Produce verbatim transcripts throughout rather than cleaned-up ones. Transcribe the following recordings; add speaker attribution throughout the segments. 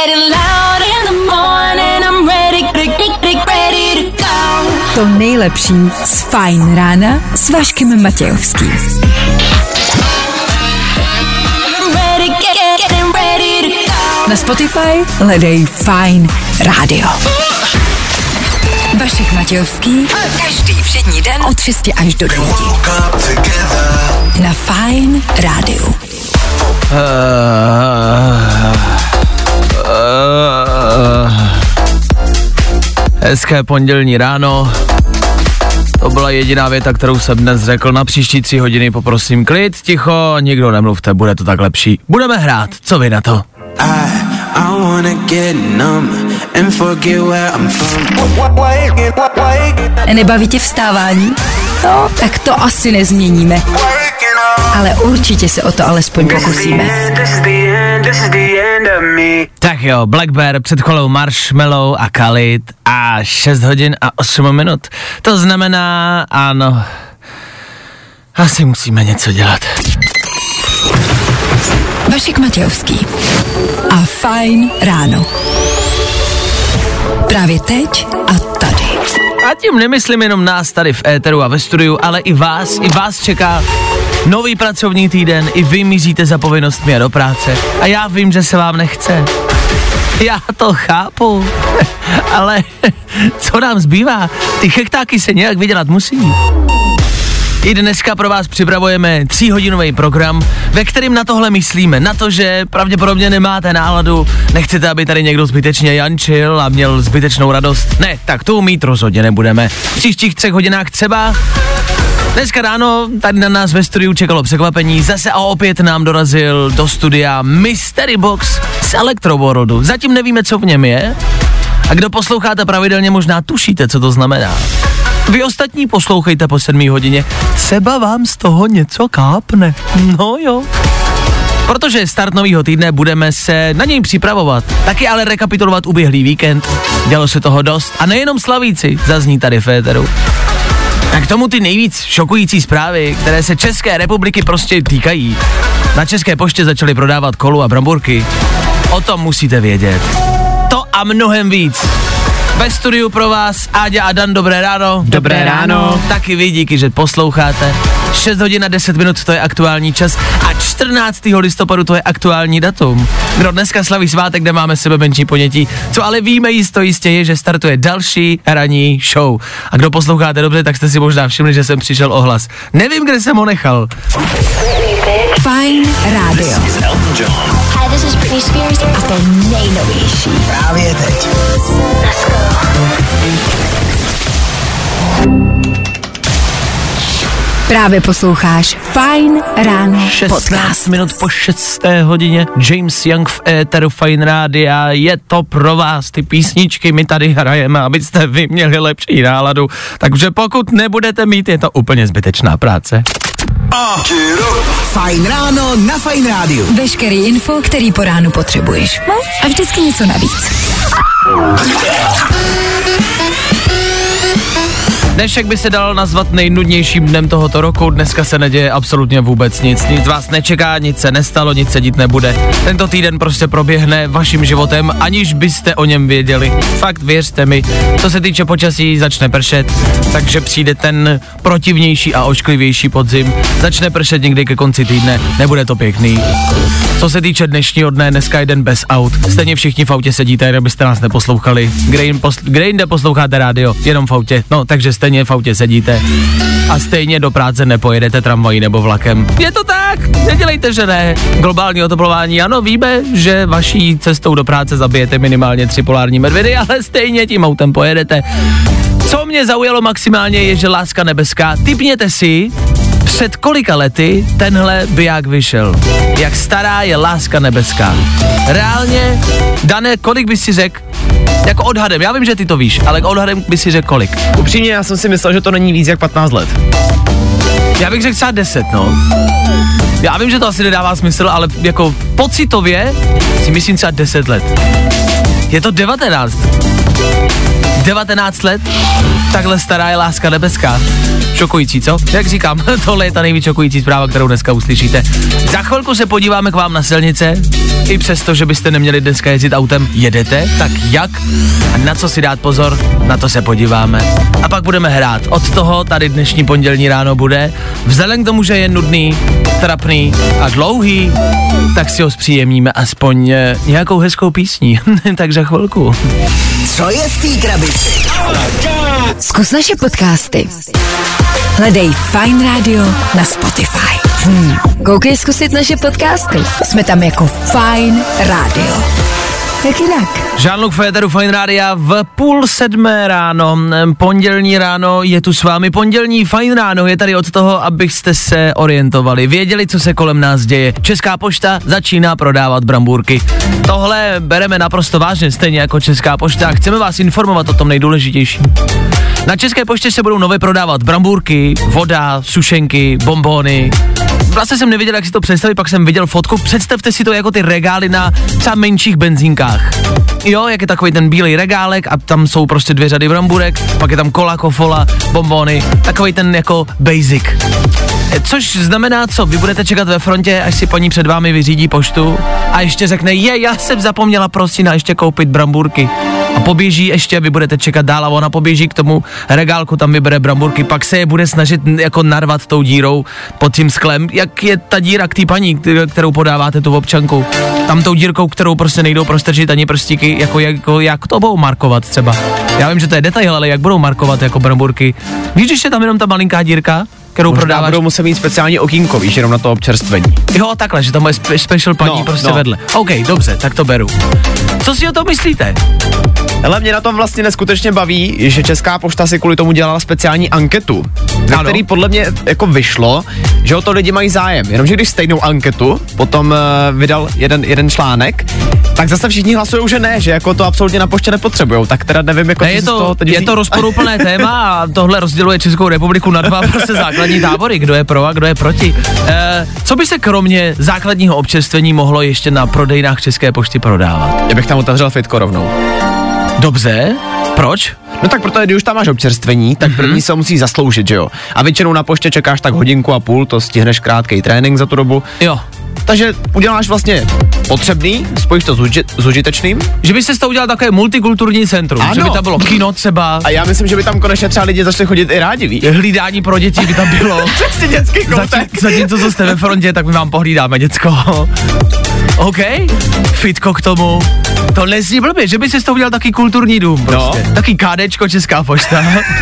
Speaker 1: To nejlepší z Fajn rána s Vaškem Matějovským. Na Spotify hledej Fajn rádio. Vašek Matějovský každý všední den od šesti až do devíti. Na Fajn rádiu. Uh,
Speaker 2: uh, hezké pondělní ráno. To byla jediná věta, kterou jsem dnes řekl. Na příští tři hodiny poprosím klid, ticho, nikdo nemluvte, bude to tak lepší. Budeme hrát, co vy na to?
Speaker 1: Nebaví tě vstávání? No, tak to asi nezměníme. Ale určitě se o to alespoň pokusíme.
Speaker 2: Tak jo, Black Bear, před chvilou Marshmello a Khalid a šest hodin a osm minut. To znamená, ano, asi musíme něco dělat.
Speaker 1: Vašek Matějovský a Fajn ráno. Právě teď a tady.
Speaker 2: A tím nemyslím jenom nás tady v éteru a ve studiu, ale i vás, i vás čeká nový pracovní týden, i vy míříte za povinnostmi a do práce. A já vím, že se vám nechce. Já to chápu, ale co nám zbývá? Ty chechtáky se nějak vydělat musí. I dneska pro vás připravujeme tříhodinový program, ve kterým na tohle myslíme. Na to, že pravděpodobně nemáte náladu, nechcete, aby tady někdo zbytečně jančil a měl zbytečnou radost. Ne, tak to mít rozhodně nebudeme. V příštích třech hodinách třeba. Dneska ráno tady na nás ve studiu čekalo překvapení. Zase a opět nám dorazil do studia Mystery Box z Electroworldu. Zatím nevíme, co v něm je. A kdo posloucháte pravidelně, možná tušíte, co to znamená. Vy ostatní poslouchejte po sedmé hodině. Třeba vám z toho něco kápne. No jo. Protože je start novýho týdne, budeme se na něj připravovat. Taky ale rekapitulovat uběhlý víkend. Dělo se toho dost. A nejenom slavíci zazní tady v éteru. A k tomu ty nejvíc šokující zprávy, které se České republiky prostě týkají. Na České poště začali prodávat kolu a bramburky. O tom musíte vědět. To a mnohem víc. Ve studiu pro vás Áďa a Dan, dobré ráno.
Speaker 3: Dobré ráno.
Speaker 2: Taky vy, díky, že posloucháte. šest hodin a deset minut, to je aktuální čas a čtrnáctého listopadu to je aktuální datum. Kdo dneska slaví svátek, kde máme sebe menší ponětí. Co ale víme jisto jistě je, že startuje další ranní show. A kdo posloucháte dobře, tak jste si možná všimli, že jsem přišel o hlas. Nevím, kde jsem ho nechal.
Speaker 1: Fajn rádio.
Speaker 4: Hi, this is Britney Spears.
Speaker 1: A to nejnovější.
Speaker 3: Právě teď.
Speaker 4: Let's go.
Speaker 1: Právě posloucháš Fajn ráno
Speaker 2: šestnáct
Speaker 1: podcast.
Speaker 2: minut po šesté hodině, James Young v éteru Fajn rádia, je to pro vás, ty písničky my tady hrajeme, abyste vy měli lepší náladu, takže pokud nebudete mít, je to úplně zbytečná práce.
Speaker 3: Fajn ráno na Fajn rádiu.
Speaker 1: Veškerý info, který po ránu potřebuješ. No a vždycky něco navíc.
Speaker 2: Dnešek by se dal nazvat nejnudnějším dnem tohoto roku, dneska se neděje absolutně vůbec nic, nic vás nečeká, nic se nestalo, nic se dít nebude. Tento týden prostě proběhne vaším životem, aniž byste o něm věděli. Fakt věřte mi, co se týče počasí, začne pršet, takže přijde ten protivnější a ošklivější podzim. Začne pršet někdy ke konci týdne, nebude to pěkný. Co se týče dnešního dne, dneska je den bez aut. Stejně všichni v autě sedíte, jen byste nás neposlouchali. Kde, posl- kde jinde posloucháte rádio? Jenom v autě. No, takže stejně v autě sedíte a stejně do práce nepojedete tramvají nebo vlakem. Je to tak, nedělejte, že ne. Globální oteplování, ano, víme, že vaší cestou do práce zabijete minimálně tři polární medvědy, ale stejně tím autem pojedete. Co mě zaujalo maximálně je, že Láska nebeská, tipněte si, před kolika lety tenhle biják vyšel. Jak stará je Láska nebeská. Reálně, Dané, kolik bys si řekl? Jako odhadem, já vím, že ty to víš, ale odhadem by si řekl kolik?
Speaker 3: Upřímně, já jsem si myslel, že to není víc jak patnáct let.
Speaker 2: Já bych řekl třeba deset, no. Já vím, že to asi nedává smysl, ale jako pocitově si myslím třeba deset let. Je to devatenáct. devatenáct let, takhle stará je láska nebeská. Šokující, co? Jak říkám, tohle je ta nejvíc šokující zpráva, kterou dneska uslyšíte. Za chvilku se podíváme k vám na silnice, i přesto, že byste neměli dneska jezdit autem, jedete, tak jak? A na co si dát pozor, na to se podíváme. A pak budeme hrát. Od toho tady dnešní pondělní ráno bude. Vzhledem k tomu, že je nudný, trapný a dlouhý, tak si ho zpříjemníme aspoň nějakou hezkou písní. Tak za chvilku.
Speaker 3: Co je v té krabici?
Speaker 1: Zkus naše podcasty. Hledej Fine Radio na Spotify. Hmm. Koukej zkusit naše podcasty. Jsme tam jako Fine Radio. Jak jinak?
Speaker 2: Jean-Luc Féteru Fine Rádia v půl sedmé ráno, pondělní ráno, je tu s vámi pondělní Fine Ráno, je tady od toho, abyste se orientovali, věděli, co se kolem nás děje. Česká pošta začíná prodávat brambůrky. Tohle bereme naprosto vážně, stejně jako Česká pošta, chceme vás informovat o tom nejdůležitějším. Na České poště se budou nově prodávat brambůrky, voda, sušenky, bonbony. Vlastně jsem nevěděl, jak si to představit, pak jsem viděl fotku. Představte si to jako ty regály na třeba menších benzínkách. Jo, jak je takový ten bílej regálek a tam jsou prostě dvě řady brambůrek, pak je tam kola, kofola, bonbony, takový ten jako basic. Což znamená co, vy budete čekat ve frontě, až si paní před vámi vyřídí poštu a ještě řekne, je, já jsem zapomněla prosím ještě koupit brambůrky. A poběží ještě, vy budete čekat dál a ona poběží k tomu regálku, tam vybere brambůrky, pak se je bude snažit jako narvat tou dírou pod tím sklem, jak je ta díra k té paní, kterou podáváte tu občanku. Tam tou dírkou, kterou prostě nejdou prostrčit ani prstíky, jako, jako jak to budou markovat třeba. Já vím, že to je detail, ale jak budou markovat jako brambůrky. Víš, když je tam jenom ta malinká dírka, kterou
Speaker 3: Možná
Speaker 2: prodáváš?
Speaker 3: budou muset mít speciální okýnko, víš, jenom na to občerstvení.
Speaker 2: Jo, takhle, že tam je spe- special paní
Speaker 3: No,
Speaker 2: prostě
Speaker 3: no.
Speaker 2: vedle. OK, dobře, tak to beru. Co si o tom myslíte?
Speaker 3: Ale mě na tom vlastně neskutečně baví, že Česká pošta si kvůli tomu dělala speciální anketu, na
Speaker 2: Ano.
Speaker 3: který podle mě jako vyšlo, že o to lidi mají zájem. Jenomže když stejnou anketu potom uh, vydal jeden, jeden článek, tak zase všichni hlasují, že ne, že jako to absolutně na poště nepotřebujou, tak teda nevím, jako
Speaker 2: Ne,
Speaker 3: co
Speaker 2: je
Speaker 3: si z toho
Speaker 2: to,
Speaker 3: teď
Speaker 2: je
Speaker 3: vzít.
Speaker 2: to rozporuplné téma a tohle rozděluje Českou republiku na dva prostě základní tábory, kdo je pro a kdo je proti. E, co by se kromě základního občerstvení mohlo ještě na prodejnách České pošty prodávat?
Speaker 3: Já bych tam otevřel fitko rovnou.
Speaker 2: Dobře, proč?
Speaker 3: No tak protože když už tam máš občerstvení, tak mm-hmm. první se musí zasloužit, že jo? A většinou na poště čekáš tak hodinku a půl, to stihneš krátkej trénink za tu dobu.
Speaker 2: Jo.
Speaker 3: Takže uděláš vlastně potřebný, spojíš to s, uži- s užitečným.
Speaker 2: Že by se z toho udělal takové multikulturní centrum,
Speaker 3: Ano.
Speaker 2: že by tam bylo kino třeba,
Speaker 3: A já myslím, že by tam konečně třeba lidi začali chodit i rádi, víš?
Speaker 2: hlídání pro děti by tam bylo.
Speaker 3: Přesně dětský
Speaker 2: Zatím, zatímco co jste ve frontě, tak my vám pohlídáme, děcko. OK, fitko k tomu. To nezní blbě, že by si z toho udělal taky kulturní dům prostě.
Speaker 3: No.
Speaker 2: Taky kádečko Česká pošta.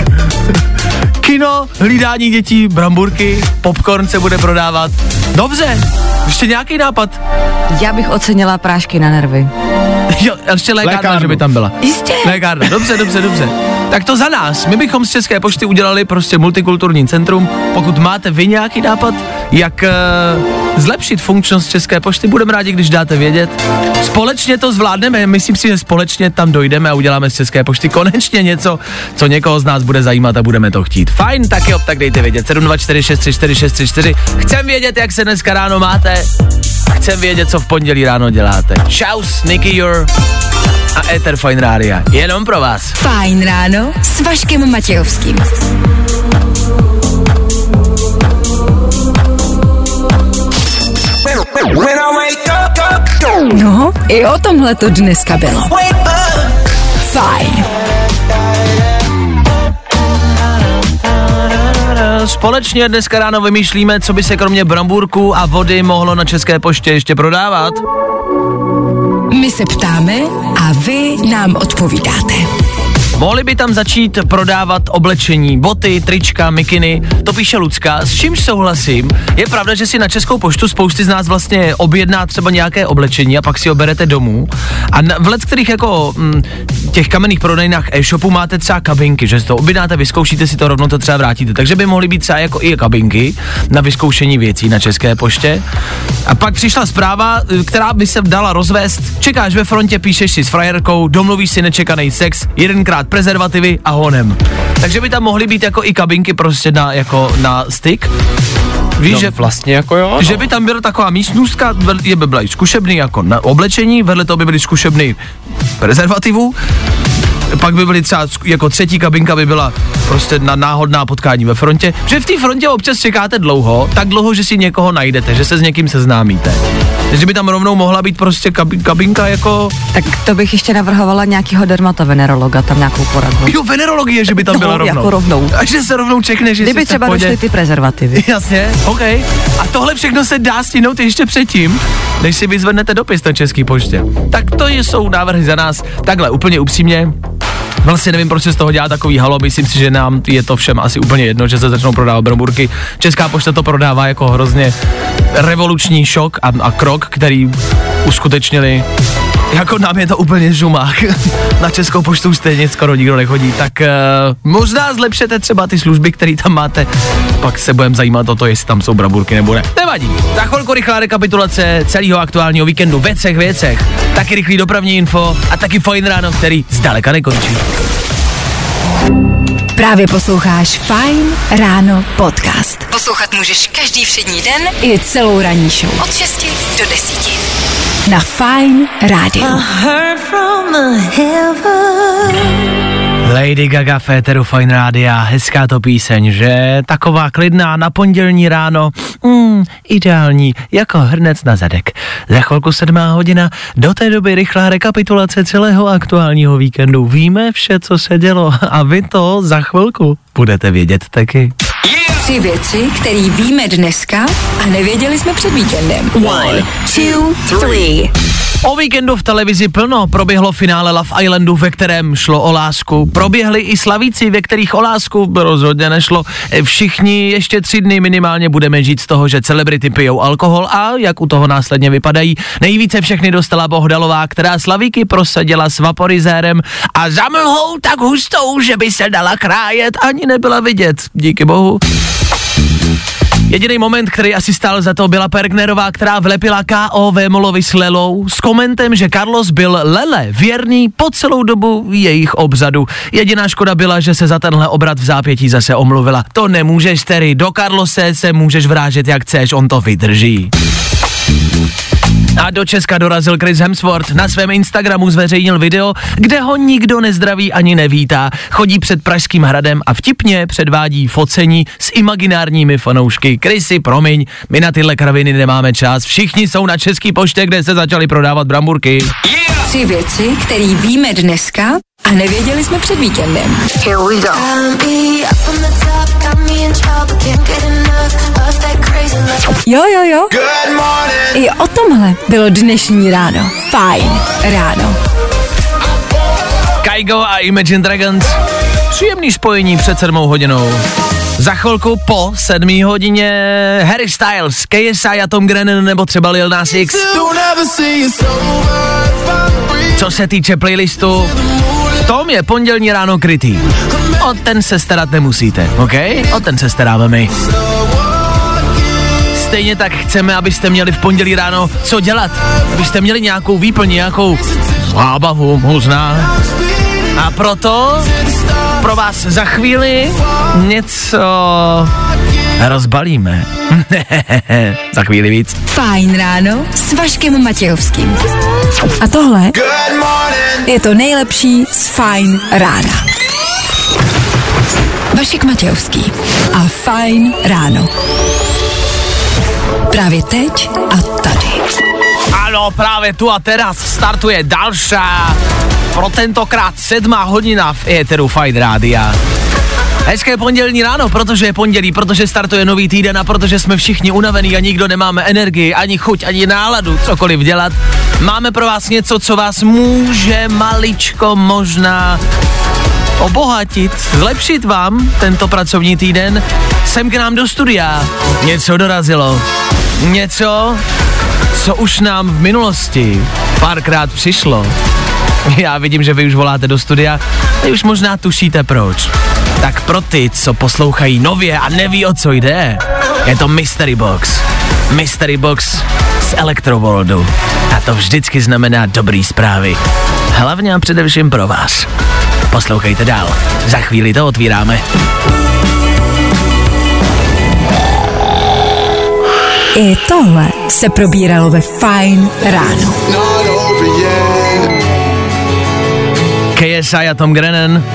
Speaker 2: Kino, hlídání dětí, brambůrky, popcorn se bude prodávat. Dobře, ještě nějaký nápad?
Speaker 5: Já bych ocenila prášky na nervy.
Speaker 2: Jo, ještě lékárna,
Speaker 3: Lékárnu.
Speaker 2: že by tam byla.
Speaker 5: Jistě.
Speaker 2: Lékárna, dobře, dobře, dobře. Tak to za nás. My bychom z České pošty udělali prostě multikulturní centrum. Pokud máte vy nějaký nápad, jak uh, zlepšit funkčnost České pošty, budeme rádi, když dáte vědět. Společně to zvládneme, myslím si, že společně tam dojdeme a uděláme z České pošty konečně něco, co někoho z nás bude zajímat a budeme to chtít. Fajn, tak jo, tak dejte vědět. sedm dva čtyři šest tři čtyři šest tři čtyři. Chcem vědět, jak se dneska ráno máte. Chcem vědět, co v pondělí ráno děláte. Čaus, Nicky Your a Ether Fine Rádia. Jenom pro vás.
Speaker 1: Fajn ráno s Vaškem Matějovským. No, i o tomhle to dneska bylo. Fajn.
Speaker 2: Společně dneska ráno vymýšlíme, co by se kromě brambůrků a vody mohlo na České poště ještě prodávat.
Speaker 1: My se ptáme a vy nám odpovídáte.
Speaker 2: Mohli by tam začít prodávat oblečení, boty, trička, mikiny, to píše Lucka, s čímž souhlasím. Je pravda, že si na Českou poštu spousty z nás vlastně objedná třeba nějaké oblečení a pak si ho berete domů. A na, v let, kterých jako m, těch kamenných prodejnách e-shopu máte třeba kabinky, že si to objednáte, vyzkoušíte si to, rovnou to třeba vrátíte. Takže by mohly být třeba jako i kabinky na vyzkoušení věcí na České poště. A pak přišla zpráva, která by se dala rozvést. Čekáš ve frontě, píšeš si s frajerkou, domluvíš si nečekaný sex, jedenkrát prezervativy a honem. Takže by tam mohly být jako i kabinky prostě na, jako na styk. Víš,
Speaker 3: No,
Speaker 2: že
Speaker 3: vlastně jako jo, no.
Speaker 2: že by tam byla taková místnůstka, je by byla i zkušebný jako na oblečení, vedle toho by byly zkušebný prezervativů pak by byly třeba jako třetí kabinka by byla prostě na náhodná potkání ve frontě, že v té frontě občas čekáte dlouho, tak dlouho, že si někoho najdete, že se s někým seznámíte. Takže by tam rovnou mohla být prostě kabin, kabinka jako...
Speaker 5: Tak to bych ještě navrhovala nějakýho dermatovenerologa, tam nějakou poradnu.
Speaker 2: Jo, venerologie, že by tam
Speaker 5: no,
Speaker 2: byla rovnou.
Speaker 5: jako rovnou.
Speaker 2: A že se rovnou čekne, že
Speaker 5: kdyby
Speaker 2: si
Speaker 5: třeba došly ty prezervativy.
Speaker 2: Jasně, OK. A tohle všechno se dá stihnout ještě předtím, než si vyzvednete dopis na Český poště. Tak to jsou návrhy za nás. Takhle, úplně upřímně. Vlastně nevím, proč se z toho dělá takový halo, myslím si, že nám je to všem asi úplně jedno, že se začnou prodávat bramburky. Česká pošta to prodává jako hrozně revoluční šok a, a krok, který uskutečnili. Jako nám je to úplně žumák. Na Českou poštu stejně skoro nikdo nechodí, tak uh, možná zlepšete třeba ty služby, které tam máte. Pak se budeme zajímat o to, jestli tam jsou bramburky nebo ne. Nevadí. Za chvilku rychlá rekapitulace celého aktuálního víkendu ve třech věcech. Taky rychlý dopravní info a taky Fajn ráno, který zdaleka nekončí.
Speaker 1: Právě posloucháš Fajn ráno podcast. Poslouchat můžeš každý všední den i celou ranní show. Od šesti do desíti. Na Fajn rádiu.
Speaker 2: Lady Gaga v éteru Fajn rádia, hezká to píseň, že? Taková klidná na pondělní ráno, mm, ideální, jako hrnec na zadek. Za chvilku sedmá hodina, do té doby rychlá rekapitulace celého aktuálního víkendu. Víme vše, co se dělo a vy to za chvilku budete vědět taky.
Speaker 1: Tři věci, které víme dneska a nevěděli jsme před víkendem. One, two, three.
Speaker 2: O víkendu v televizi plno, proběhlo finále Love Islandu, ve kterém šlo o lásku. Proběhly i slavíci, ve kterých o lásku rozhodně nešlo. Všichni ještě tři dny minimálně budeme žít z toho, že celebrity pijou alkohol a jak u toho následně vypadají. Nejvíce všechny dostala Bohdalová, která slavíky prosadila s vaporizérem a za mlhou tak hustou, že by se dala krájet, ani nebyla vidět. Díky bohu. Jediný moment, který asi stál za to, byla Pergnerová, která vlepila K O Vémolovi s Lelou s komentem, že Carlos byl Lele věrný po celou dobu jejich obřadu. Jediná škoda byla, že se za tenhle obrat v zápětí zase omluvila. To nemůžeš, Terry, do Carlose se můžeš vrážet jak chceš, on to vydrží. A do Česka dorazil Chris Hemsworth, na svém Instagramu zveřejnil video, kde ho nikdo nezdraví ani nevítá. Chodí před Pražským hradem a vtipně předvádí focení s imaginárními fanoušky. Chrisy, promiň, my na tyhle kraviny nemáme čas, všichni jsou na Český poště, kde se začaly prodávat bramburky.
Speaker 1: Yeah! Tři věci, které víme dneska a nevěděli jsme před víkendem. Here we go. Jo, jo, jo. I o tomhle bylo dnešní ráno. Fajn ráno.
Speaker 2: Kygo a Imagine Dragons. Příjemný spojení před sedmou hodinou. Za chvilku po sedmý hodině Harry Styles, K S I a Tom Grennan nebo třeba Lil Nas X. Co se týče playlistu, v tom je pondělní ráno krytý. O ten se starat nemusíte, OK? O ten se staráme my. Stejně tak chceme, abyste měli v pondělí ráno co dělat. Abyste měli nějakou výplň, nějakou zábavu možná. A proto pro vás za chvíli něco rozbalíme. Za chvíli víc.
Speaker 1: Fajn ráno s Vaškem Matějovským. A tohle je to nejlepší z Fajn rána. Vašek Matějovský a Fajn ráno. Právě teď a tady.
Speaker 2: Ano, právě tu a teraz startuje další, pro tentokrát sedmá hodina v éteru Fajn rádia. Hezké pondělní ráno, protože je pondělí, protože startuje nový týden a protože jsme všichni unavení a nikdo nemáme energii, ani chuť, ani náladu cokoliv dělat. Máme pro vás něco, co vás může maličko možná obohatit, zlepšit vám tento pracovní týden. Sem k nám do studia něco dorazilo. Něco, co už nám v minulosti párkrát přišlo. Já vidím, že vy už voláte do studia a už možná tušíte proč. Tak pro ty, co poslouchají nově a neví, o co jde, je to Mystery Box. Mystery Box z Electroworldu. A to vždycky znamená dobrý zprávy. Hlavně a především pro vás. Poslouchejte dál. Za chvíli to otvíráme.
Speaker 1: I tohle se probíralo ve Fajn ráno.
Speaker 2: K S I a Tom Grennan.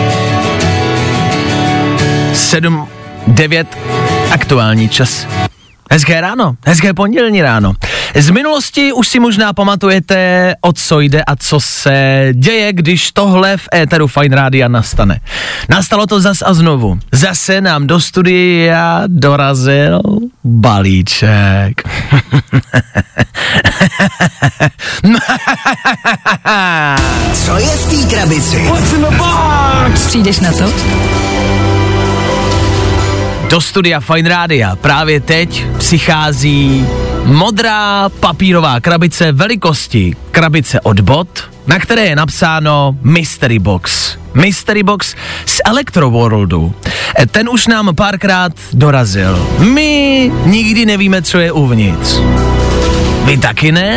Speaker 2: sedm devět aktuální čas. Hezké ráno, hezké pondělní ráno. Z minulosti už si možná pamatujete, o co jde a co se děje, když tohle v éteru Fajn Rádia nastane. Nastalo to zas a znovu. Zase nám do studia dorazil balíček.
Speaker 6: Co je v té krabici?
Speaker 1: Přijdeš na to?
Speaker 2: Do studia Fajn Rádia právě teď přichází modrá papírová krabice velikosti krabice od bot, na které je napsáno Mystery Box. Mystery Box z Electroworldu. Ten už nám párkrát dorazil. My nikdy nevíme, co je uvnitř. Vy taky ne?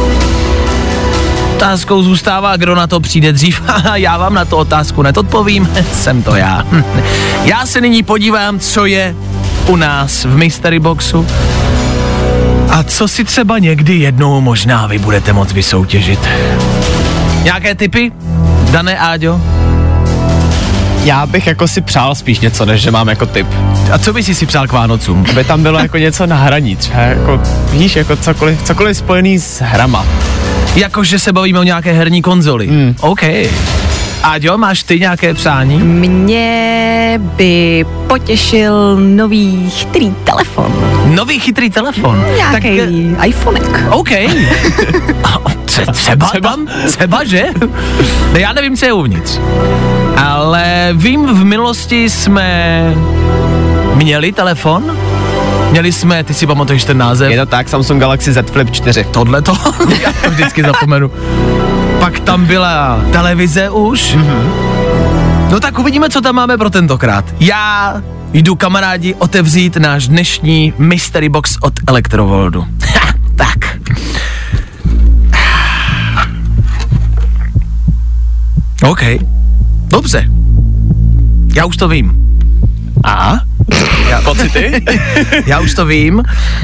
Speaker 2: Otázkou zůstává, kdo na to přijde dřív. Já vám na tu otázku nedodpovím, jsem to já. Já se nyní podívám, co je u nás v Mystery Boxu a co si třeba někdy jednou možná vy budete moct vysoutěžit. Nějaké tipy? Dané, Áďo?
Speaker 3: Já bych jako si přál spíš něco, než že mám jako tip.
Speaker 2: A co by si si přál k Vánocům?
Speaker 3: Aby tam bylo jako něco na hraní, třeba jako, víš, jako cokoliv, cokoliv spojený s hrama.
Speaker 2: Jakože se bavíme o nějaké herní konzoli.
Speaker 3: Hmm.
Speaker 2: OK. Áďo, máš ty nějaké přání?
Speaker 5: Mě by potěšil nový chytrý telefon.
Speaker 2: Nový chytrý telefon?
Speaker 5: Nějaký tak, iPhonek.
Speaker 2: OK. Tře- třeba, třeba tam? Třeba, že? Ne, já nevím, co je uvnitř. Ale vím, v minulosti jsme měli telefon. Měli jsme, ty si pamatuješ ten název?
Speaker 3: Je to tak, Samsung Galaxy Z Flip čtyři.
Speaker 2: Tohle to, já to vždycky zapomenu. Pak tam byla televize už. Mm-hmm. No tak uvidíme, co tam máme pro tentokrát. Já jdu, kamarádi, otevřít náš dnešní Mystery Box od Electroworldu. Ha, tak. OK. Dobře. Já už to vím. A? Já, pocity? Já už to vím.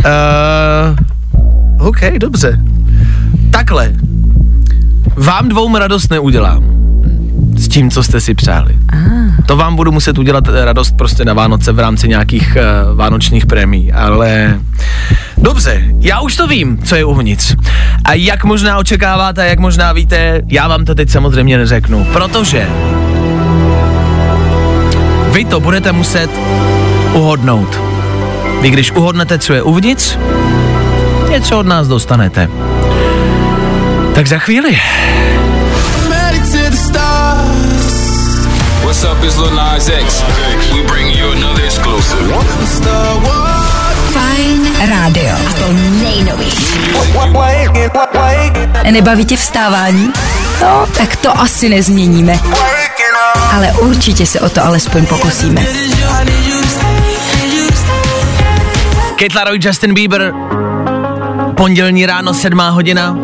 Speaker 2: Uh, OK, dobře. Takhle. Vám dvou radost neudělám. S tím, co jste si přáli. Ah. To vám budu muset udělat radost prostě na Vánoce v rámci nějakých uh, vánočních prémií, ale... Dobře, já už to vím, co je uvnitř. A jak možná očekáváte, jak možná víte, já vám to teď samozřejmě neřeknu, protože... Vy to budete muset uhodnout. Vy když uhodnete, co je uvnitř, něco od nás dostanete. Tak za chvíli.
Speaker 7: What's up, it's Lil Nas X. We bring you another exclusive.
Speaker 1: Fajn rádio. A to nejnovější. Nebaví tě vstávání? No, tak to asi nezměníme. Ale určitě se o to alespoň pokusíme.
Speaker 2: Kate Laroi, Justin Bieber. Pondělní ráno, sedmá hodina.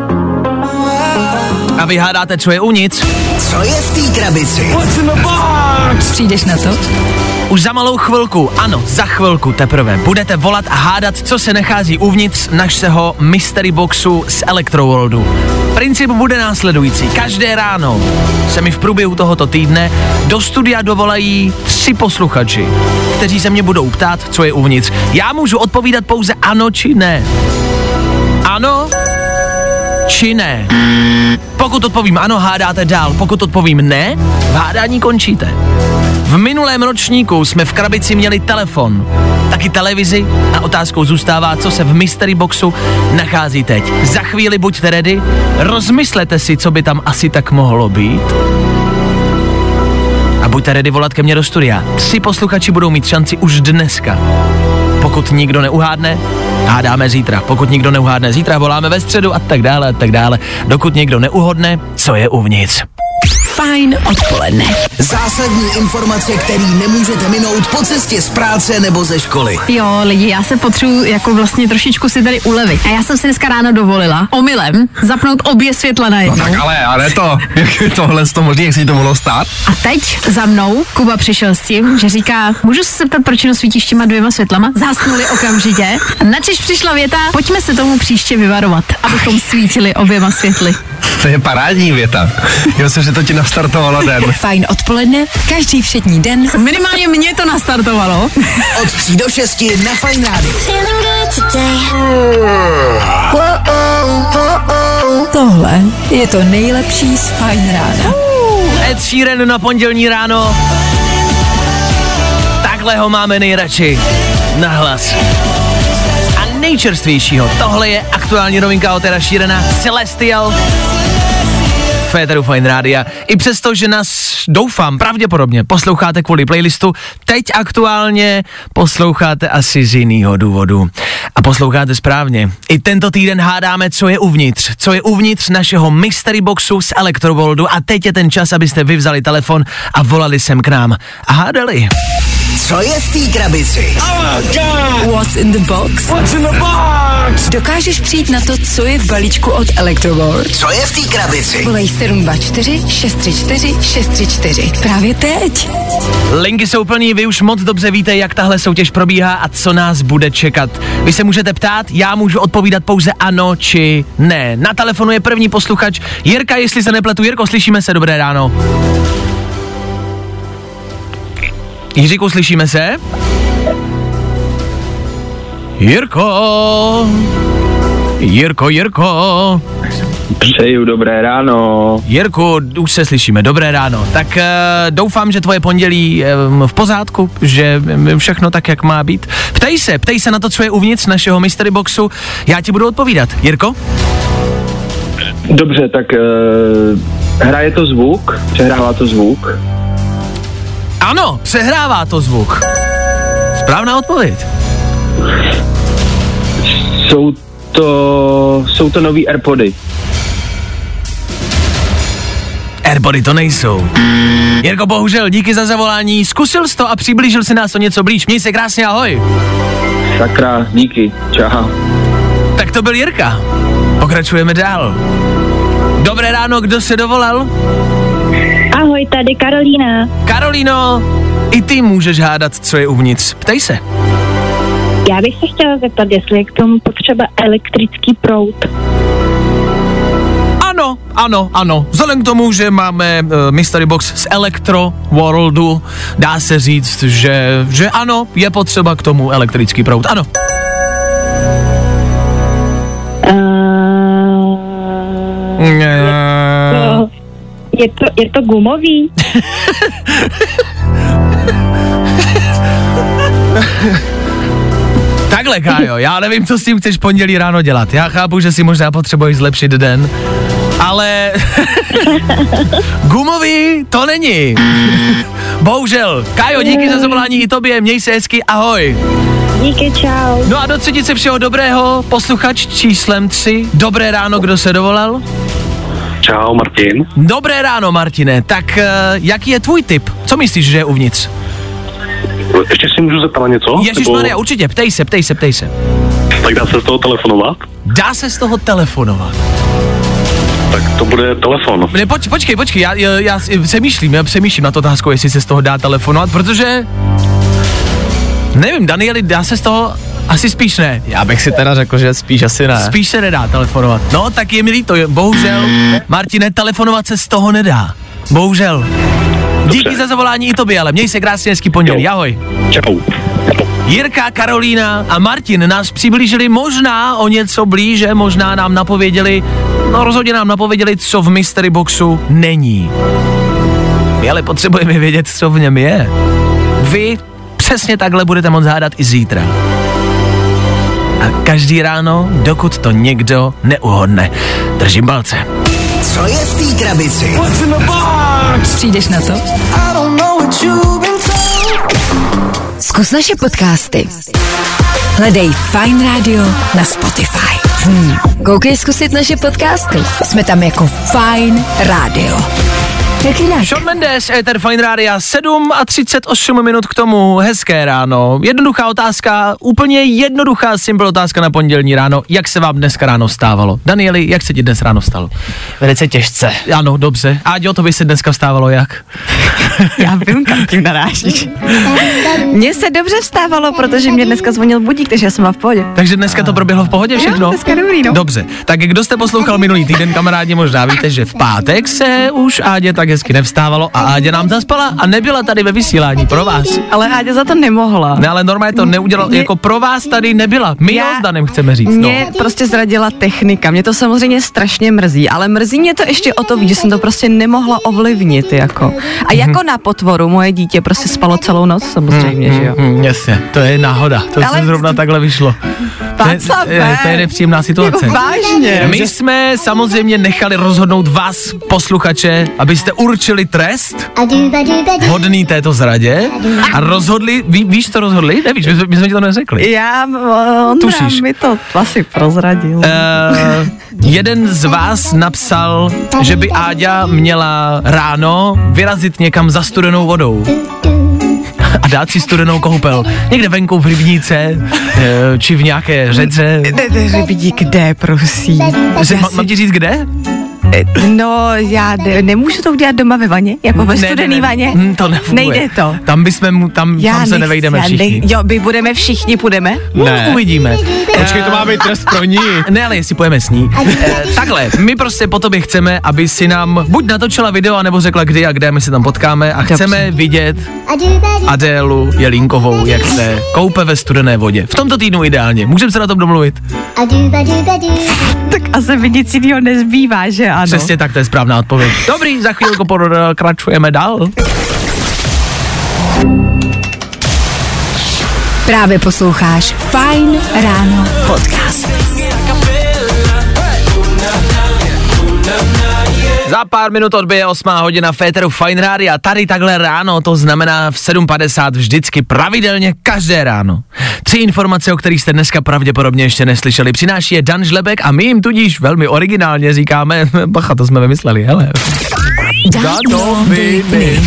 Speaker 2: A vy hádáte, co je uvnitř?
Speaker 6: Co je v té krabici?
Speaker 1: Přijdeš na to?
Speaker 2: Už za malou chvilku, ano, za chvilku teprve, budete volat a hádat, co se nachází uvnitř našeho Mystery Boxu z Electroworldu. Princip bude následující. Každé ráno se mi v průběhu tohoto týdne do studia dovolají tři posluchači, kteří se mě budou ptát, co je uvnitř. Já můžu odpovídat pouze ano či ne. Ano či ne. Pokud odpovím ano, hádáte dál. Pokud odpovím ne, v hádání končíte. V minulém ročníku jsme v krabici měli telefon, taky televizi a otázkou zůstává, co se v Mystery Boxu nachází teď. Za chvíli buďte ready, rozmyslete si, co by tam asi tak mohlo být. A buďte ready volat ke mně do studia. Tři posluchači budou mít šanci už dneska. Pokud nikdo neuhádne, hádáme zítra. Pokud nikdo neuhádne zítra, voláme ve středu a tak dále a tak dále. Dokud někdo neuhodne, co je uvnitř.
Speaker 1: Fajn odpoledne.
Speaker 6: Zásadní informace, který nemůžete minout po cestě z práce nebo ze školy.
Speaker 8: Jo, lidi, já se potřebuji jako vlastně trošičku si tady ulevit. A já jsem si dneska ráno dovolila omylem zapnout obě světla najednou.
Speaker 9: No tak ale, ale to, jak je tohle to možný, jak si to mohlo stát?
Speaker 8: A teď za mnou Kuba přišel s tím, že říká, můžu se zeptat, proč jenom svítíš těma dvěma světlama? Zásnuli okamžitě. Načež přišla věta, pojďme se tomu příště vyvarovat, abychom svítili oběma světly.
Speaker 9: To je parádní věta. Já myslím, že to ti nastartovalo den.
Speaker 1: Fajn odpoledne, každý všední den.
Speaker 8: Minimálně mě to nastartovalo.
Speaker 6: Od tří do šesti na Fajn rádiu.
Speaker 1: Tohle je to nejlepší z Fajn rána.
Speaker 2: Ed Sheeran na pondělní ráno. Takhle ho máme nejradši. Nahlas. A nejčerstvějšího. Tohle je aktuální novinka od Eda Sheerana, Celestial. Féteru Fajn rádia. I přesto, že nás, doufám, pravděpodobně posloucháte kvůli playlistu, teď aktuálně posloucháte asi z jiného důvodu. A posloucháte správně. I tento týden hádáme, co je uvnitř. Co je uvnitř našeho mystery boxu z Electroworldu. A teď je ten čas, abyste vy vzali telefon a volali sem k nám. A hádali.
Speaker 6: Co je v té krabici?
Speaker 1: What's in the box?
Speaker 6: What's in the box?
Speaker 1: Dokážeš přijít na to, co je v balíčku od Electroworld?
Speaker 6: Co je v té krabici?
Speaker 1: Volej sedm dva čtyři šest tři čtyři šest tři čtyři. Právě teď.
Speaker 2: Linky jsou plný, vy už moc dobře víte, jak tahle soutěž probíhá a co nás bude čekat. Vy se můžete ptát, já můžu odpovídat pouze ano či ne. Na telefonu je první posluchač Jirka, jestli se nepletu. Jirko, slyšíme se, dobré ráno. Jiříku, slyšíme se? Jirko! Jirko, Jirko!
Speaker 10: Přeju dobré ráno.
Speaker 2: Jirku, už se slyšíme, dobré ráno. Tak uh, doufám, že tvoje pondělí um, v pořádku, že um, všechno tak, jak má být. Ptej se, ptej se na to, co je uvnitř našeho mystery boxu. Já ti budu odpovídat. Jirko?
Speaker 10: Dobře, tak uh, hraje to zvuk? Přehrává to zvuk?
Speaker 2: Ano, přehrává to zvuk. Správná odpověď.
Speaker 10: Jsou to, jsou to nový AirPody.
Speaker 2: AirPody to nejsou. Jirko, bohužel, díky za zavolání. Zkusil jsi to a přiblížil si nás o něco blíž. Měj se krásně, ahoj.
Speaker 10: Sakra, díky, čau.
Speaker 2: Tak to byl Jirka. Pokračujeme dál. Dobré ráno, kdo se dovolal?
Speaker 11: Ahoj, tady Karolína.
Speaker 2: Karolíno, i ty můžeš hádat, co je uvnitř. Ptej se.
Speaker 11: Já bych se chtěla zeptat, jestli je k tomu potřeba elektrický proud.
Speaker 2: Ano, ano, ano. Vzhledem k tomu, že máme uh, mystery box z Electroworldu, dá se říct, že, že ano, je potřeba k tomu elektrický proud. Ano.
Speaker 11: Uh, je, to, je, to, je to gumový?
Speaker 2: Takhle, Kájo, já nevím, co s tím chceš pondělí ráno dělat. Já chápu, že si možná potřebuješ zlepšit den, ale gumový to není. Bohužel. Kájo, díky za zavolání i tobě, měj se hezky, ahoj.
Speaker 11: Díky, čau.
Speaker 2: No a do třetice všeho dobrého, posluchač číslem tři. Dobré ráno, kdo se dovolal?
Speaker 12: Čau, Martin.
Speaker 2: Dobré ráno, Martine. Tak uh, jaký je tvůj tip? Co myslíš, že je uvnitř?
Speaker 12: Ještě si můžu zeptat na něco?
Speaker 2: Ježišmarja, nebo... určitě, ptej se, ptej se, ptej se.
Speaker 12: Tak dá se z toho telefonovat?
Speaker 2: Dá se z toho telefonovat.
Speaker 12: Tak to bude telefon.
Speaker 2: Ne, poč, počkej, počkej, já, já, já přemýšlím, já přemýšlím na to otázku, jestli se z toho dá telefonovat, protože... Nevím, Danieli, dá se z toho... Asi spíš ne.
Speaker 3: Já bych si teda řekl, že spíš asi ne.
Speaker 2: Spíš se nedá telefonovat. No, tak je mi líto, bohužel, Martine, telefonovat se z toho nedá. Bohužel. Díky Dobře. za zavolání i tobě, ale měj se krásně hezký pondělí, ahoj.
Speaker 12: Čau.
Speaker 2: Jirka, Karolína a Martin nás přiblížili možná o něco blíže, možná nám napověděli, no rozhodně nám napověděli, co v mystery boxu není. My ale potřebujeme vědět, co v něm je. Vy přesně takhle budete moct hádat i zítra. A každý ráno, dokud to někdo neuhodne. Držím palce.
Speaker 6: Co je v té krabici?
Speaker 1: Přijdeš na to? Zkus naše podcasty. Hledej Fajn Radio na Spotify. Hmm. Koukej zkusit naše podcasty. Jsme tam jako Fajn Radio. Jak jinak?
Speaker 2: Shawn Mendes, Éter Fine Rádia, sedm a třicet osm minut k tomu, hezké ráno. Jednoduchá otázka, úplně jednoduchá, simple otázka na pondělní ráno. Jak se vám dneska ráno stávalo? Danieli, jak se ti dnes ráno stalo?
Speaker 3: Velice těžce.
Speaker 2: Ano, dobře. Áďo, to by se dneska vstávalo jak?
Speaker 5: Já vím, kam tím narážíš. Mně se dobře vstávalo, protože mě dneska zvonil budík, takže já jsem byla v pohodě.
Speaker 2: Takže dneska to proběhlo v pohodě všechno?
Speaker 5: Jo, dneska dobrý, no.
Speaker 2: Dobře, tak kdo jste poslouchal minulý týden, kamarádi, možná víte, že v pátek se už Ádě tak hezky nevstávalo a Ádě nám zaspala a nebyla tady ve vysílání pro vás.
Speaker 5: Ale Ádě za to nemohla.
Speaker 2: Ne, ale normálně to neudělal,
Speaker 5: mě,
Speaker 2: jako pro vás tady nebyla. My
Speaker 5: já,
Speaker 2: jo s Danem chceme říct.
Speaker 5: Mě
Speaker 2: no.
Speaker 5: prostě zradila technika, mě to samozřejmě strašně mrzí, ale mrzí mě to ještě o to víc, že jsem to prostě nemohla ovlivnit, jako. A jako na potvoru moje dítě prostě spalo celou noc, samozřejmě, že jo.
Speaker 2: Mm, jasně, to je náhoda, to ale se zrovna takhle vyšlo. To je, to je nepříjemná situace.
Speaker 5: Jako vážně.
Speaker 2: My jsme samozřejmě nechali rozhodnout vás, posluchače, abyste určili trest hodný této zradě a rozhodli, ví, víš, co rozhodli? Nevíš, my, my jsme ti to neřekli.
Speaker 5: Já, Ondra mi to asi prozradil. Uh,
Speaker 2: jeden z vás napsal, že by Áďa měla ráno vyrazit někam za studenou vodou a dát si studenou koupel. Někde venku v rybníce, či v nějaké řece.
Speaker 5: Rybník kde, prosím?
Speaker 2: Mám ti říct kde?
Speaker 5: No, já ne, nemůžu to udělat doma ve vaně? Jako ve studený vaně?
Speaker 2: Ne, to nefunguje.
Speaker 5: Nejde to.
Speaker 2: Tam bychom, tam, tam se nevejdeme všichni.
Speaker 5: Ne, jo, my budeme všichni, půjdeme?
Speaker 2: Ne. No, uvidíme.
Speaker 3: Počkej, to má být trest pro ní.
Speaker 2: Ne, ale jestli půjdeme s ní. e, takhle, my prostě po tobě chceme, aby si nám buď natočila video, anebo řekla kdy a kde my se tam potkáme a chceme Dobře. vidět Adélu Jelínkovou, jak se koupe ve studené vodě. V tomto týdnu ideálně. Můžeme se na tom domluvit?
Speaker 5: Tak asi mi nic jiného nezbývá, že ano.
Speaker 2: Přesně tak, to je správná odpověď. Dobrý, za chvílku pokračujeme dál.
Speaker 1: Právě posloucháš Fajn ráno podcast.
Speaker 2: Za pár minut odbije osmá hodina v éteru Fajn Rádia. Tady takhle ráno, to znamená v sedm padesát vždycky pravidelně každé ráno. Tři informace, o kterých jste dneska pravděpodobně ještě neslyšeli, přináší je Dan Žlebek a my jim tudíž velmi originálně říkáme, bacha, to jsme vymysleli, hele.
Speaker 3: Danoviny.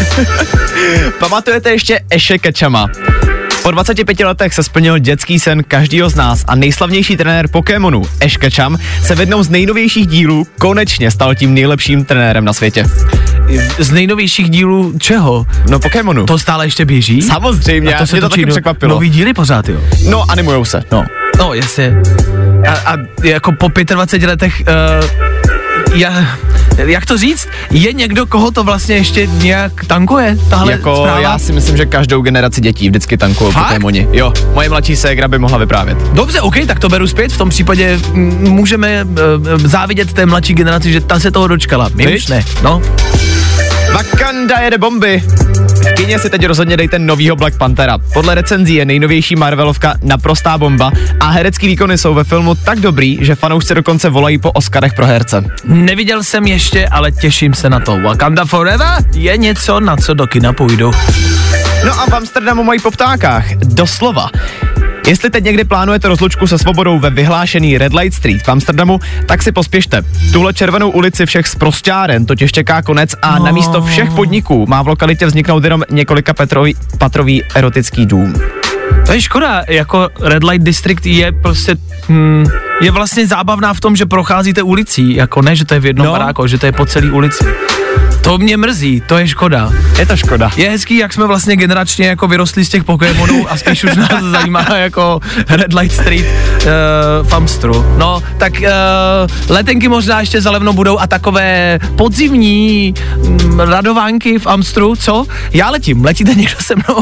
Speaker 3: Pamatujete ještě Eše Kečama? Po dvaceti pěti letech se splnil dětský sen každýho z nás a nejslavnější trenér Pokémonů, Ash Ketchum, se v jednom z nejnovějších dílů konečně stal tím nejlepším trenérem na světě.
Speaker 2: Z nejnovějších dílů čeho?
Speaker 3: No Pokémonů.
Speaker 2: To stále ještě běží?
Speaker 3: Samozřejmě,
Speaker 2: a to se
Speaker 3: mě to taky
Speaker 2: no,
Speaker 3: překvapilo.
Speaker 2: Nový díly pořád, jo?
Speaker 3: No, animujou se, no.
Speaker 2: No, jasně. A, a jako po dvaceti pěti letech, uh, já... Jak to říct? Je někdo, koho to vlastně ještě nějak tankuje? Tahle
Speaker 3: jako
Speaker 2: zpráva?
Speaker 3: Já si myslím, že každou generaci dětí vždycky tankují Pokémoni. Jo, moje mladší ségra by mohla vyprávět.
Speaker 2: Dobře, ok, tak to beru zpět. V tom případě m, můžeme uh, závidět té mladší generaci, že ta se toho dočkala. My Víč? už ne, no.
Speaker 3: Wakanda jede bomby. V kině si teď rozhodně dejte novýho Black Panthera. Podle recenzí je nejnovější Marvelovka naprostá bomba a herecký výkony jsou ve filmu tak dobrý, že fanoušci dokonce volají po Oscarech pro herce.
Speaker 2: Neviděl jsem ještě, ale těším se na to. Wakanda Forever je něco, na co do kina půjdu.
Speaker 3: No a v Amsterdamu mají po ptákách. Doslova. Jestli teď někdy plánujete rozlučku se svobodou ve vyhlášený Red Light Street v Amsterdamu, tak si pospěšte. Tuhle červenou ulici všech sprosťáren totiž čeká konec a no. na místo všech podniků má v lokalitě vzniknout jenom několika patrový, patrový erotický dům.
Speaker 2: To je škoda, jako Red Light District je prostě, hm, je vlastně zábavná v tom, že procházíte ulicí, jako ne, že to je v jednom no. baráku, že to je po celý ulici. To mě mrzí, to je škoda.
Speaker 3: Je to škoda.
Speaker 2: Je hezký, jak jsme vlastně generačně jako vyrostli z těch Pokémonů a spíš už nás zajímá jako Red Light Street uh, v Amstru. No, tak uh, letenky možná ještě za levno budou a takové podzimní um, radovánky v Amstru, co? Já letím, letíte někdo se mnou?